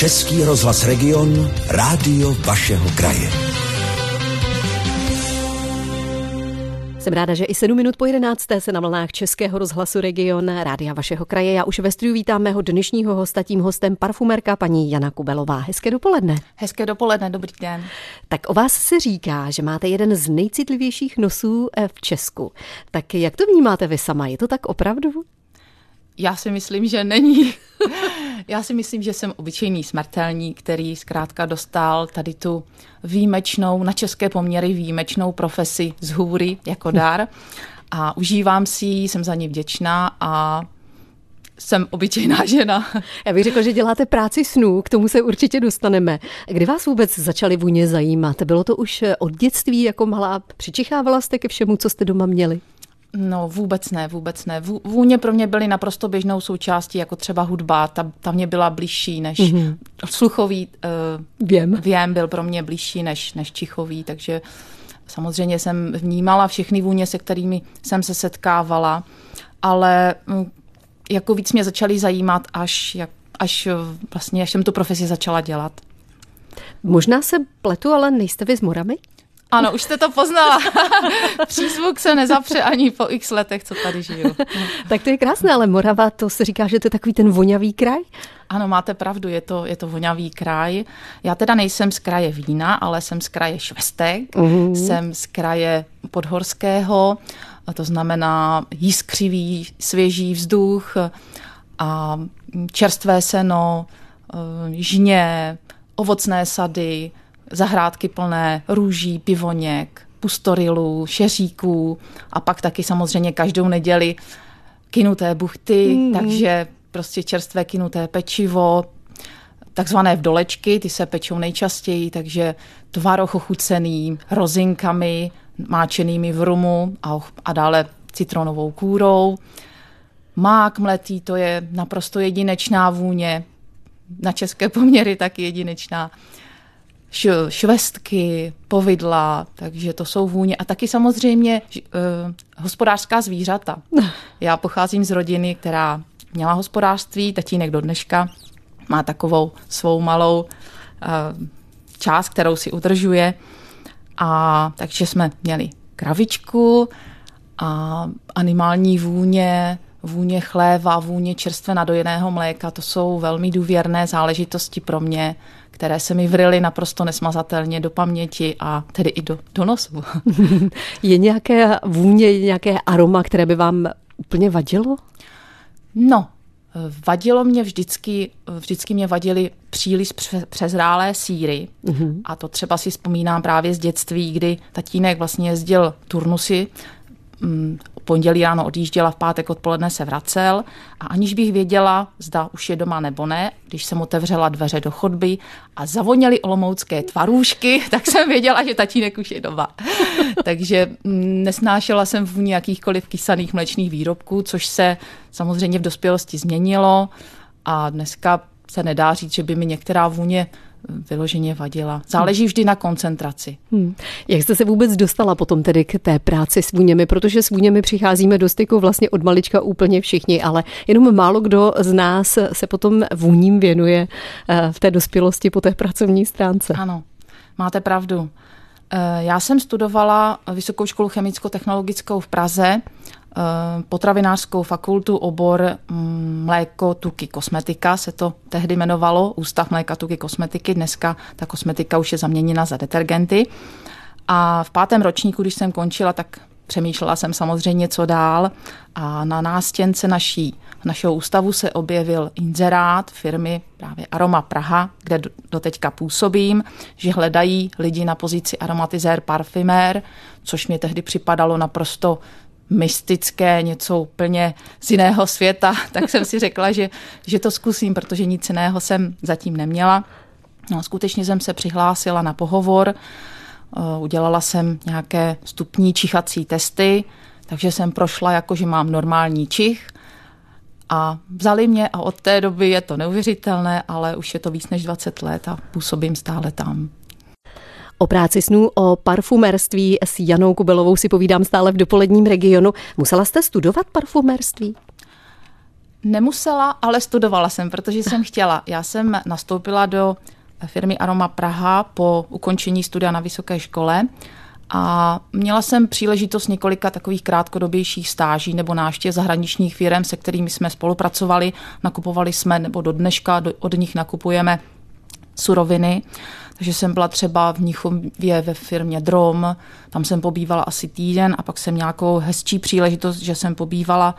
Český rozhlas Region, rádio vašeho kraje. Jsem ráda, že i 7 minut po 11. se na vlnách Českého rozhlasu Region, rádia vašeho kraje. Já už ve studiu vítám mého dnešního hosta, tím hostem parfumérka paní Jana Kubelová. Hezké dopoledne. Hezké dopoledne, dobrý den. Tak o vás se říká, že máte jeden z nejcitlivějších nosů v Česku. Tak jak to vnímáte vy sama? Je to tak opravdu? Já si myslím, že není. Já si myslím, že jsem obyčejný smrtelník, který zkrátka dostal tady tu výjimečnou, na české poměry výjimečnou profesi z hůry jako dar. A užívám si ji, jsem za ní vděčná a jsem obyčejná žena. Já bych řekla, že děláte práci snů, k tomu se určitě dostaneme. Kdy vás vůbec začaly vůně zajímat? Bylo to už od dětství jako malá? Přičichávala jste ke všemu, co jste doma měli? No vůbec ne. Vůně pro mě byly naprosto běžnou součástí, jako třeba hudba, ta mě byla bližší než sluchový věm byl pro mě bližší než čichový, takže samozřejmě jsem vnímala všechny vůně, se kterými jsem se setkávala, ale jako víc mě začaly zajímat, až jsem tu profesi začala dělat. Možná se pletu, ale nejste vy z Moravy? Ano, už jste to poznala. Přízvuk se nezapře ani po x letech, co tady žiju. Tak to je krásné, ale Morava, to se říká, že to je takový ten vonavý kraj? Ano, máte pravdu, je to vonavý kraj. Já teda nejsem z kraje Vína, ale jsem z kraje Švestek, jsem z kraje Podhorského, to znamená jiskřivý, svěží vzduch a čerstvé seno, žně, ovocné sady, zahrádky plné růží, pivoněk, pustorilů, šeříků a pak taky samozřejmě každou neděli kynuté buchty, takže prostě čerstvé kynuté pečivo, takzvané vdolečky, ty se pečou nejčastěji, takže tvaroh ochucený rozinkami, máčenými v rumu a dále citronovou kůrou. Mák mletý, to je naprosto jedinečná vůně, na české poměry taky jedinečná. Švestky, povidla, takže to jsou vůně. A taky samozřejmě hospodářská zvířata. Já pocházím z rodiny, která měla hospodářství, tatínek do dneška má takovou svou malou část, kterou si udržuje. A takže jsme měli kravičku a animální vůně, vůně chléva, vůně čerstvě nadojeného mléka, to jsou velmi důvěrné záležitosti pro mě, které se mi vryly naprosto nesmazatelně do paměti a tedy i do nosu. Je nějaké vůně, nějaké aroma, které by vám úplně vadilo? No, vadilo mě vždycky mě vadily příliš přezrálé sýry. A to třeba si vzpomínám právě z dětství, kdy tatínek vlastně jezdil turnusy, pondělí ráno odjížděla, v pátek odpoledne se vracel a aniž bych věděla, zda už je doma nebo ne, když jsem otevřela dveře do chodby a zavoněly olomoucké tvarůžky, tak jsem věděla, že tatínek už je doma. Takže nesnášela jsem vůni jakýchkoliv kysaných mléčných výrobků, což se samozřejmě v dospělosti změnilo a dneska se nedá říct, že by mi některá vůně vyloženě vadila. Záleží vždy na koncentraci. Jak jste se vůbec dostala potom tedy k té práci s vůněmi? Protože s vůněmi přicházíme do styku vlastně od malička úplně všichni, ale jenom málo kdo z nás se potom vůním věnuje v té dospělosti po té pracovní stránce. Ano, máte pravdu. Já jsem studovala Vysokou školu chemicko-technologickou v Praze, potravinářskou fakultu, obor mléko, tuky, kosmetika se to tehdy jmenovalo, Ústav mléka, tuky, kosmetiky. Dneska ta kosmetika už je zaměněna za detergenty. A v 5. ročníku, když jsem končila, tak přemýšlela jsem samozřejmě, co dál. A na nástěnce našeho ústavu se objevil inzerát firmy právě Aroma Praha, kde doteďka působím, že hledají lidi na pozici aromatizér, parfumér, což mě tehdy připadalo naprosto mystické, něco úplně z jiného světa, tak jsem si řekla, že to zkusím, protože nic jiného jsem zatím neměla. No, skutečně jsem se přihlásila na pohovor, udělala jsem nějaké vstupní čichací testy, takže jsem prošla jako, že mám normální čich a vzali mě a od té doby je to neuvěřitelné, ale už je to víc než 20 let a působím stále tam. O práci snů, o parfumérství s Janou Kubelovou si povídám stále v dopoledním Regionu. Musela jste studovat parfumérství? Nemusela, ale studovala jsem, protože jsem chtěla. Já jsem nastoupila do firmy Aroma Praha po ukončení studia na vysoké škole a měla jsem příležitost několika takových krátkodobějších stáží nebo návštěv zahraničních firm, se kterými jsme spolupracovali. Nakupovali jsme, nebo do dneška od nich nakupujeme suroviny. Takže jsem byla třeba v Mnichově ve firmě Drom, tam jsem pobývala asi týden a pak jsem měla nějakou hezčí příležitost, že jsem pobývala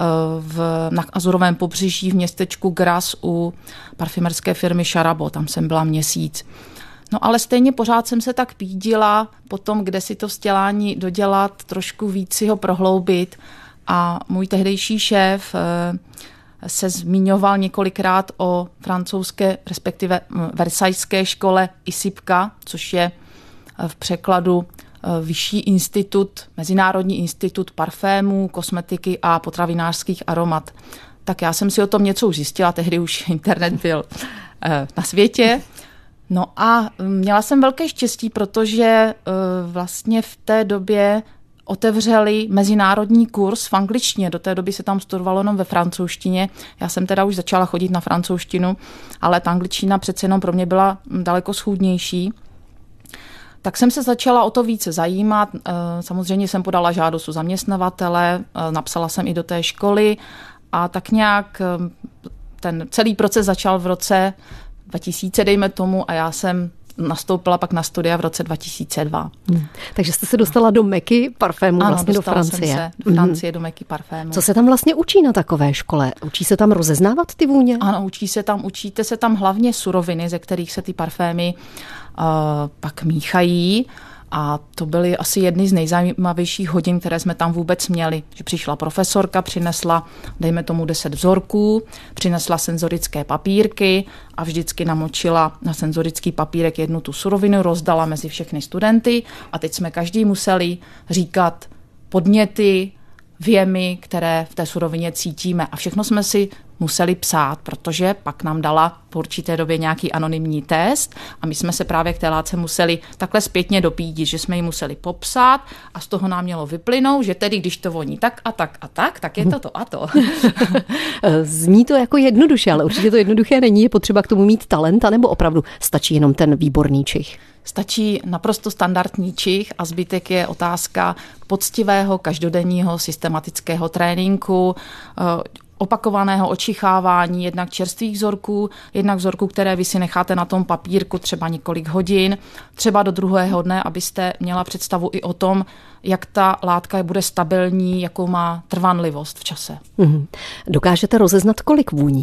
na Azurovém pobřeží v městečku Gras u parfymerské firmy Charabo, tam jsem byla měsíc. No ale stejně pořád jsem se tak pídila potom, kde si to vzdělání dodělat, trošku víc si ho prohloubit a můj tehdejší šéf se zmiňoval několikrát o francouzské, respektive versajské škole ISIPka, což je v překladu Vyšší institut, Mezinárodní institut parfémů, kosmetiky a potravinářských aromat. Tak já jsem si o tom něco už zjistila, tehdy už internet byl na světě. No a měla jsem velké štěstí, protože vlastně v té době otevřeli mezinárodní kurz v angličtině. Do té doby se tam studovalo jenom ve francouzštině. Já jsem teda už začala chodit na francouzštinu, ale ta angličtina přece jenom pro mě byla daleko schůdnější. Tak jsem se začala o to více zajímat. Samozřejmě jsem podala žádost u zaměstnavatele, napsala jsem i do té školy a tak nějak ten celý proces začal v roce 2000, dejme tomu, a já jsem nastoupila pak na studia v roce 2002. Takže jste se dostala do Meky parfému, ano, vlastně do Francie. Jsem se do Francie, do Meky parfému. Co se tam vlastně učí na takové škole? Učí se tam rozeznávat ty vůně? Ano, učíte se tam hlavně suroviny, ze kterých se ty parfémy pak míchají. A to byly asi jedny z nejzajímavějších hodin, které jsme tam vůbec měli. Že přišla profesorka, přinesla, dejme tomu 10 vzorků, přinesla senzorické papírky a vždycky namočila na senzorický papírek jednu tu surovinu, rozdala mezi všechny studenty a teď jsme každý museli říkat podněty, věmy, které v té surovině cítíme. A všechno jsme si museli psát, protože pak nám dala po určité době nějaký anonymní test a my jsme se právě k té látce museli takhle zpětně dopídit, že jsme ji museli popsat a z toho nám mělo vyplynout, že tedy když to voní tak a tak a tak je to a to. Zní to jako jednoduše, ale určitě to jednoduché není. Je potřeba k tomu mít talent, anebo opravdu stačí jenom ten výborný čich? Stačí naprosto standardní čich a zbytek je otázka poctivého, každodenního, systematického tréninku, opakovaného očichávání, jednak čerstvých vzorků, jednak vzorků, které vy si necháte na tom papírku třeba několik hodin, třeba do druhého dne, abyste měla představu i o tom, jak ta látka bude stabilní, jakou má trvanlivost v čase. Dokážete rozeznat, kolik vůní?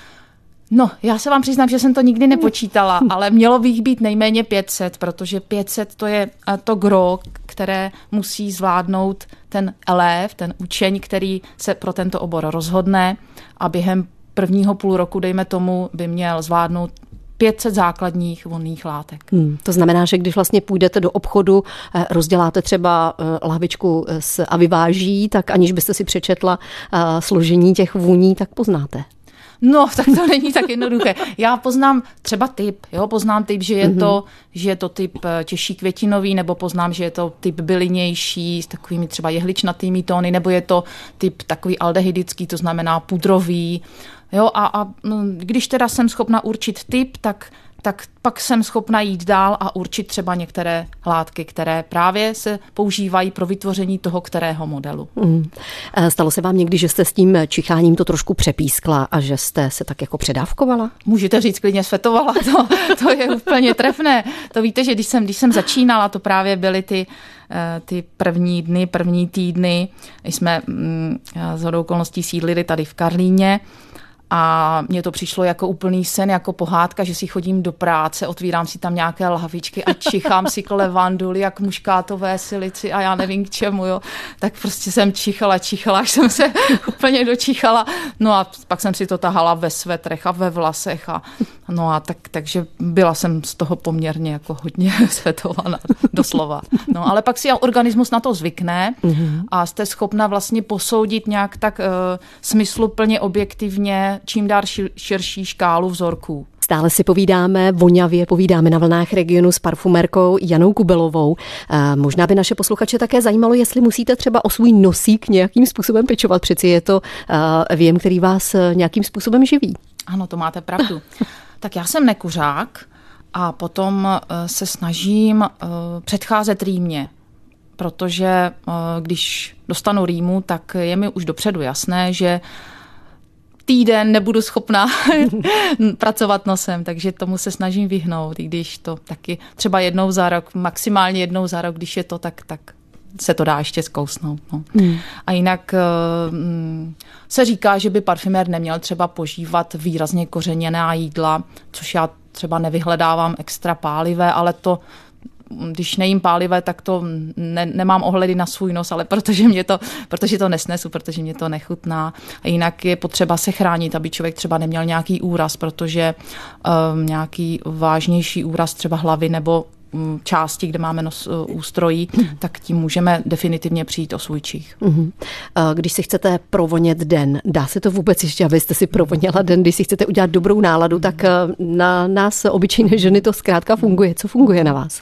No, já se vám přiznám, že jsem to nikdy nepočítala, ale mělo by jich být nejméně 500, protože 500 to je to gro, které musí zvládnout ten elév, ten učeň, který se pro tento obor rozhodne a během prvního půl roku, dejme tomu, by měl zvládnout 500 základních vonných látek. To znamená, že když vlastně půjdete do obchodu, rozděláte třeba lahvičku s aviváží, tak aniž byste si přečetla složení těch vůní, tak poznáte. No, tak to není tak jednoduché. Já poznám třeba typ, poznám typ, že je to typ těžší květinový, nebo poznám, že je to typ bylinější s takovými třeba jehličnatými tóny, nebo je to typ takový aldehydický, to znamená pudrový. A když teda jsem schopna určit typ, tak pak jsem schopna jít dál a určit třeba některé látky, které právě se používají pro vytvoření toho kterého modelu. Stalo se vám někdy, že jste s tím čicháním to trošku přepískla a že jste se tak jako předávkovala? Můžete říct klidně sfetovala, to je úplně trefné. To víte, že když jsem začínala, to právě byly ty první dny, první týdny, jsme shodou okolností sídlili tady v Karlíně. A mně to přišlo jako úplný sen, jako pohádka, že si chodím do práce, otvírám si tam nějaké lahvičky a čichám si levanduli, jak muškátové silici a já nevím k čemu, Tak prostě jsem čichala, až jsem se úplně dočichala. No a pak jsem si to tahala ve svetrech a ve vlasech takže byla jsem z toho poměrně jako hodně svetovaná, doslova. No ale pak si organismus na to zvykne a jste schopna vlastně posoudit nějak tak smysluplně, objektivně čím dál širší škálu vzorků. Stále si povídáme vonavě, povídáme na vlnách Regionu s parfumérkou Janou Kubelovou. Možná by naše posluchače také zajímalo, jestli musíte třeba o svůj nosík nějakým způsobem pečovat. Přeci je to věm, který vás nějakým způsobem živí. Ano, to máte pravdu. Tak já jsem nekuřák a potom se snažím předcházet rýmě, protože když dostanu rýmu, tak je mi už dopředu jasné, že týden nebudu schopná pracovat nosem, takže tomu se snažím vyhnout, i když to taky třeba jednou za rok, maximálně jednou za rok, když je to, tak se to dá ještě zkousnout. No. A jinak se říká, že by parfumér neměl třeba požívat výrazně kořeněná jídla, což já třeba nevyhledávám extra pálivé, ale to, když nejím pálivé, tak to nemám ohledy na svůj nos, ale protože to nesnesu, protože mě to nechutná. A jinak je potřeba se chránit, aby člověk třeba neměl nějaký úraz, protože nějaký vážnější úraz třeba hlavy nebo části, kde máme ústrojí, tak tím můžeme definitivně přijít o svůj čich. Když si chcete provonět den, dá se to vůbec ještě, abyste si provoněla den, když si chcete udělat dobrou náladu, tak na nás obyčejné ženy to zkrátka funguje. Co funguje na vás?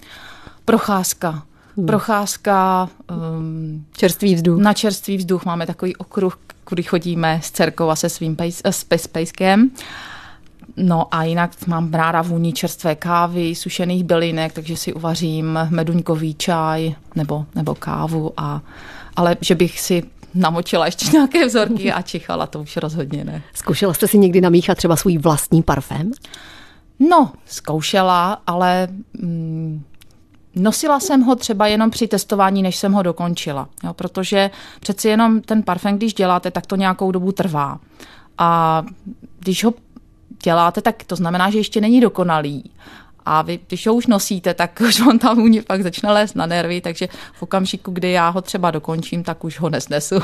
Procházka. Čerstvý vzduch. Na čerstvý vzduch máme takový okruh, kudy chodíme s dcerkou a se svým pejskem. No a jinak mám ráda vůni čerstvé kávy, sušených bylinek, takže si uvařím meduňkový čaj nebo kávu, ale že bych si namočila ještě nějaké vzorky a čichala, to už rozhodně ne. Zkoušela jste si někdy namíchat třeba svůj vlastní parfém? No, zkoušela, ale nosila jsem ho třeba jenom při testování, než jsem ho dokončila. Jo, protože přeci jenom ten parfém, když děláte, tak to nějakou dobu trvá. A když ho děláte, tak to znamená, že ještě není dokonalý. A vy, když ho už nosíte, tak už on tam vůně pak začne lézt na nervy, takže v okamžiku, kdy já ho třeba dokončím, tak už ho nesnesu.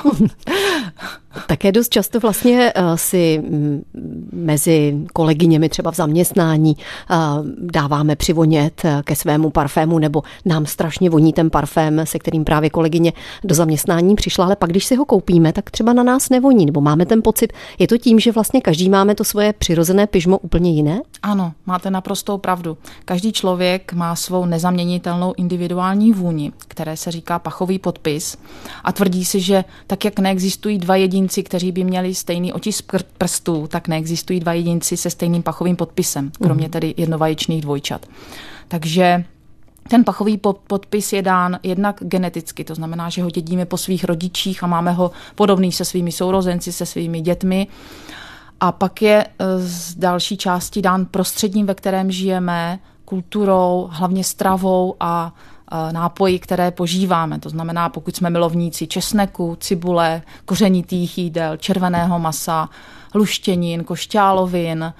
Také dost často vlastně si mezi kolegyněmi třeba v zaměstnání dáváme přivonět ke svému parfému, nebo nám strašně voní ten parfém, se kterým právě kolegyně do zaměstnání přišla, ale pak, když si ho koupíme, tak třeba na nás nevoní, nebo máme ten pocit, je to tím, že vlastně každý máme to svoje přirozené pyžmo úplně jiné? Ano, máte naprostou pravdu. Každý člověk má svou nezaměnitelnou individuální vůni, které se říká pachový podpis, a tvrdí si, že tak, jak neexistují dva jedinci, kteří by měli stejný otisk prstů, tak neexistují dva jedinci se stejným pachovým podpisem, kromě tedy jednovaječných dvojčat. Takže ten pachový podpis je dán jednak geneticky, to znamená, že ho dědíme po svých rodičích a máme ho podobný se svými sourozenci, se svými dětmi. A pak je z další části dán prostředím, ve kterém žijeme, kulturou, hlavně stravou a nápoji, které požíváme. To znamená, pokud jsme milovníci česneku, cibule, kořenitých jídel, červeného masa, luštěnin, košťálovin,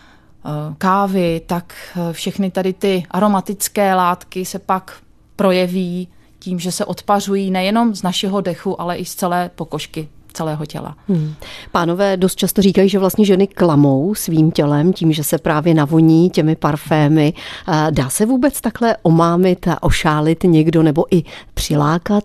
kávy, tak všechny tady ty aromatické látky se pak projeví tím, že se odpařují nejenom z našeho dechu, ale i z celé pokožky celého těla. Pánové dost často říkají, že vlastně ženy klamou svým tělem tím, že se právě navoní těmi parfémy. Dá se vůbec takhle omámit a ošálit někdo nebo i přilákat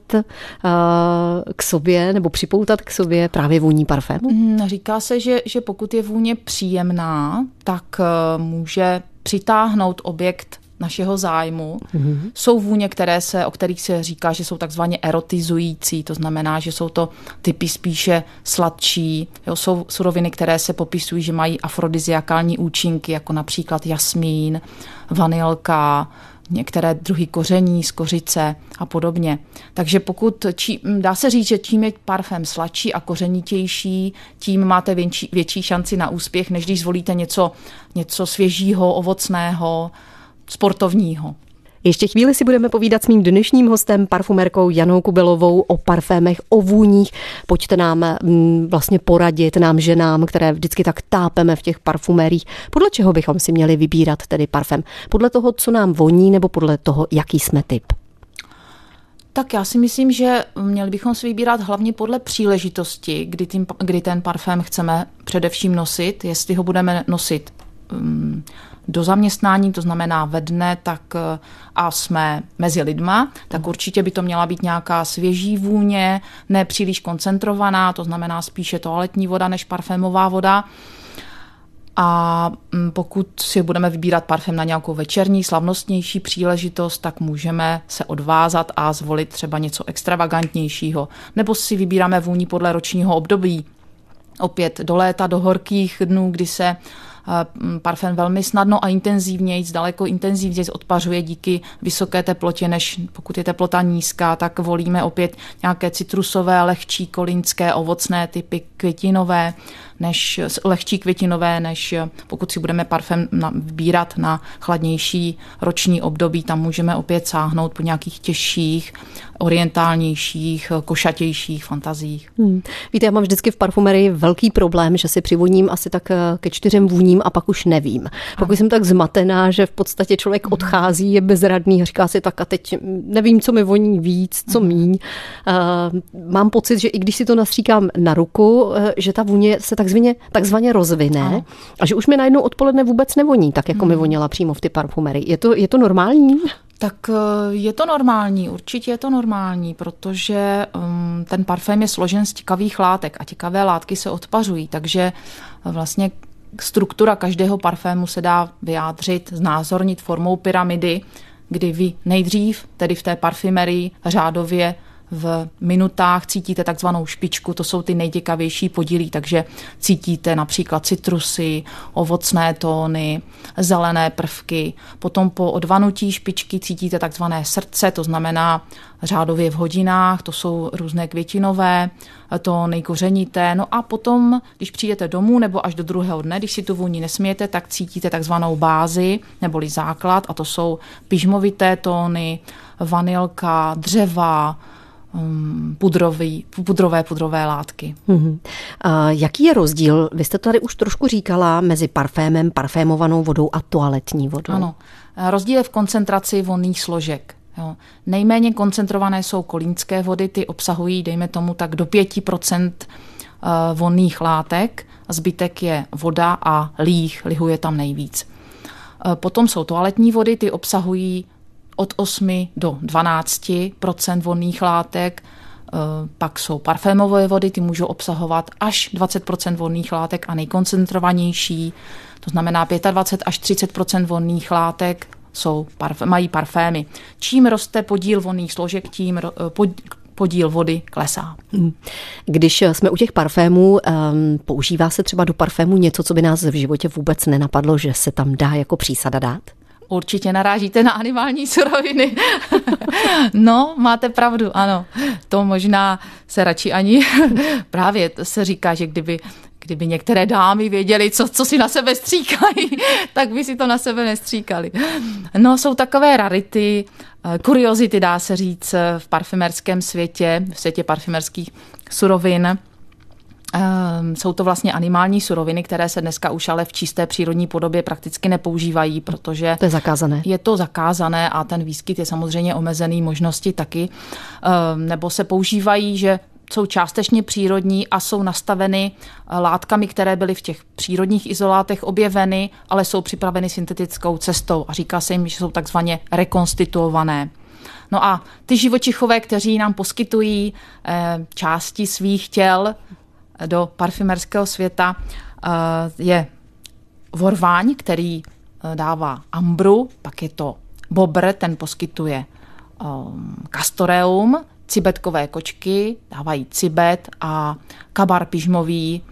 k sobě nebo připoutat k sobě právě vůní parfému? Říká se, že pokud je vůně příjemná, tak může přitáhnout objekt našeho zájmu. Jsou vůně, o kterých se říká, že jsou takzvaně erotizující, to znamená, že jsou to typy spíše sladší. Jo, jsou suroviny, které se popisují, že mají afrodiziakální účinky, jako například jasmín, vanilka, některé druhy koření z kořice a podobně. Takže dá se říct, že čím je parfém sladší a kořenitější, tím máte větší šanci na úspěch, než když zvolíte něco svěžího, ovocného, sportovního. Ještě chvíli si budeme povídat s mým dnešním hostem, parfumérkou Janou Kubelovou, o parfémech, o vůních. Pojďte nám vlastně poradit, nám ženám, které vždycky tak tápeme v těch parfumériích. Podle čeho bychom si měli vybírat tedy parfém? Podle toho, co nám voní, nebo podle toho, jaký jsme typ? Tak já si myslím, že měli bychom si vybírat hlavně podle příležitosti, kdy ten parfém chceme především nosit. Jestli ho budeme nosit do zaměstnání, to znamená ve dne, tak a jsme mezi lidma, tak určitě by to měla být nějaká svěží vůně, ne příliš koncentrovaná, to znamená spíše toaletní voda než parfémová voda. A pokud si budeme vybírat parfém na nějakou večerní, slavnostnější příležitost, tak můžeme se odvázat a zvolit třeba něco extravagantnějšího. Nebo si vybíráme vůni podle ročního období. Opět do léta, do horkých dnů, kdy se parfém velmi snadno a intenzivněji, daleko intenzivněji odpařuje díky vysoké teplotě, než pokud je teplota nízká, tak volíme opět nějaké citrusové, lehčí, kolínské, ovocné typy, květinové, lehčí květinové, než pokud si budeme parfém vybírat na chladnější roční období, tam můžeme opět sáhnout po nějakých těžších, orientálnějších, košatějších fantaziích. Víte, já mám vždycky v parfumerii velký problém, že si přivoním asi tak ke 4 vůním a pak už nevím. Pokud jsem tak zmatená, že v podstatě člověk odchází, je bezradný a říká si tak a teď nevím, co mi voní víc, co míň. Mám pocit, že i když si to nastříkám na ruku, že ta vůně se takzvaně rozvine a že už mi najednou odpoledne vůbec nevoní, tak jako mi voněla přímo v ty parfumerii. Je to normální? Tak je to normální, určitě je to normální, protože ten parfém je složen z těkavých látek a těkavé látky se odpařují, takže vlastně struktura každého parfému se dá vyjádřit, znázornit formou pyramidy, kdy vy nejdřív, tedy v té parfumerii řádově v minutách cítíte takzvanou špičku, to jsou ty nejtěkavější podíly, takže cítíte například citrusy, ovocné tóny, zelené prvky. Potom po odvanutí špičky cítíte takzvané srdce, to znamená řádově v hodinách, to jsou různé květinové tóny, kořenité. No a potom, když přijdete domů nebo až do druhého dne, když si tu vůni nesmějete, tak cítíte takzvanou bázi neboli základ a to jsou pyžmovité tóny, vanilka, dřeva, pudrové látky. Jaký je rozdíl, vy jste tady už trošku říkala, mezi parfémem, parfémovanou vodou a toaletní vodou? Ano, rozdíl je v koncentraci vonných složek. Jo. Nejméně koncentrované jsou kolínské vody, ty obsahují, dejme tomu tak, do 5% vonných látek, zbytek je voda a lihu je tam nejvíc. Potom jsou toaletní vody, ty obsahují od 8 do 12% vonných látek, pak jsou parfémové vody, ty můžou obsahovat až 20% vonných látek a nejkoncentrovanější, to znamená 25 až 30% vonných látek mají parfémy. Čím roste podíl vonných složek, tím podíl vody klesá. Když jsme u těch parfémů, používá se třeba do parfému něco, co by nás v životě vůbec nenapadlo, že se tam dá jako přísada dát? Určitě narážíte na animální suroviny. No, máte pravdu, ano. To možná se radši ani právě se říká, že kdyby některé dámy věděly, co si na sebe stříkají, tak by si to na sebe nestříkali. No, jsou takové rarity, kuriozity, dá se říct, v parfumerském světě, v světě parfumerských surovin. Jsou to vlastně animální suroviny, které se dneska už ale v čisté přírodní podobě prakticky nepoužívají, protože to je zakázané. Je to zakázané a ten výskyt je samozřejmě omezený, možnosti taky. Nebo se používají, že jsou částečně přírodní a jsou nastaveny látkami, které byly v těch přírodních izolátech objeveny, ale jsou připraveny syntetickou cestou a říká se jim, že jsou takzvaně rekonstituované. No a ty živočichové, kteří nám poskytují části svých těl do parfumerského světa, je vorváň, který dává ambru, pak je to bobr, ten poskytuje kastoreum, cibetkové kočky dávají cibet a kabar pyžmový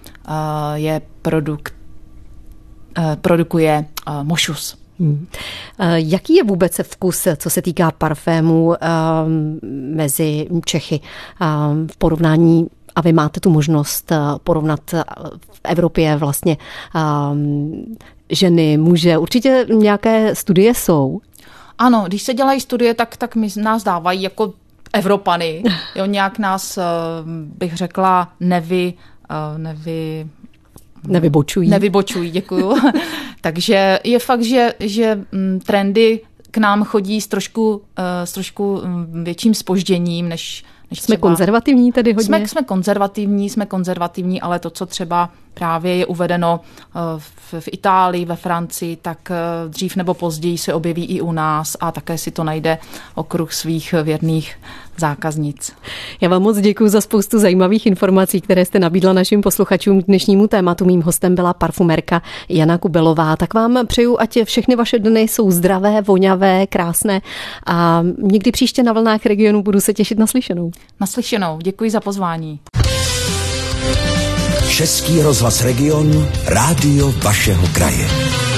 produkuje mošus. Jaký je vůbec vkus, co se týká parfému mezi Čechy v porovnání, a vy máte tu možnost porovnat v Evropě vlastně ženy, muže? Určitě nějaké studie jsou. Ano, když se dělají studie, tak nás dávají jako Evropany. Jo, nějak nás, bych řekla, nevybočují, děkuju. Takže je fakt, že trendy k nám chodí s trošku větším zpožděním, než jsme konzervativní tedy hodně? Jsme konzervativní, ale to, co třeba právě je uvedeno v Itálii, ve Francii, tak dřív nebo později se objeví i u nás a také si to najde okruh svých věrných zákaznic. Já vám moc děkuji za spoustu zajímavých informací, které jste nabídla našim posluchačům k dnešnímu tématu. Mým hostem byla parfumérka Jana Kubelová. Tak vám přeju, ať všechny vaše dny jsou zdravé, voňavé, krásné a někdy příště na Vlnách regionu budu se těšit na slyšenou. Naslyšenou. Děkuji za pozvání. Český rozhlas Region, rádio vašeho kraje.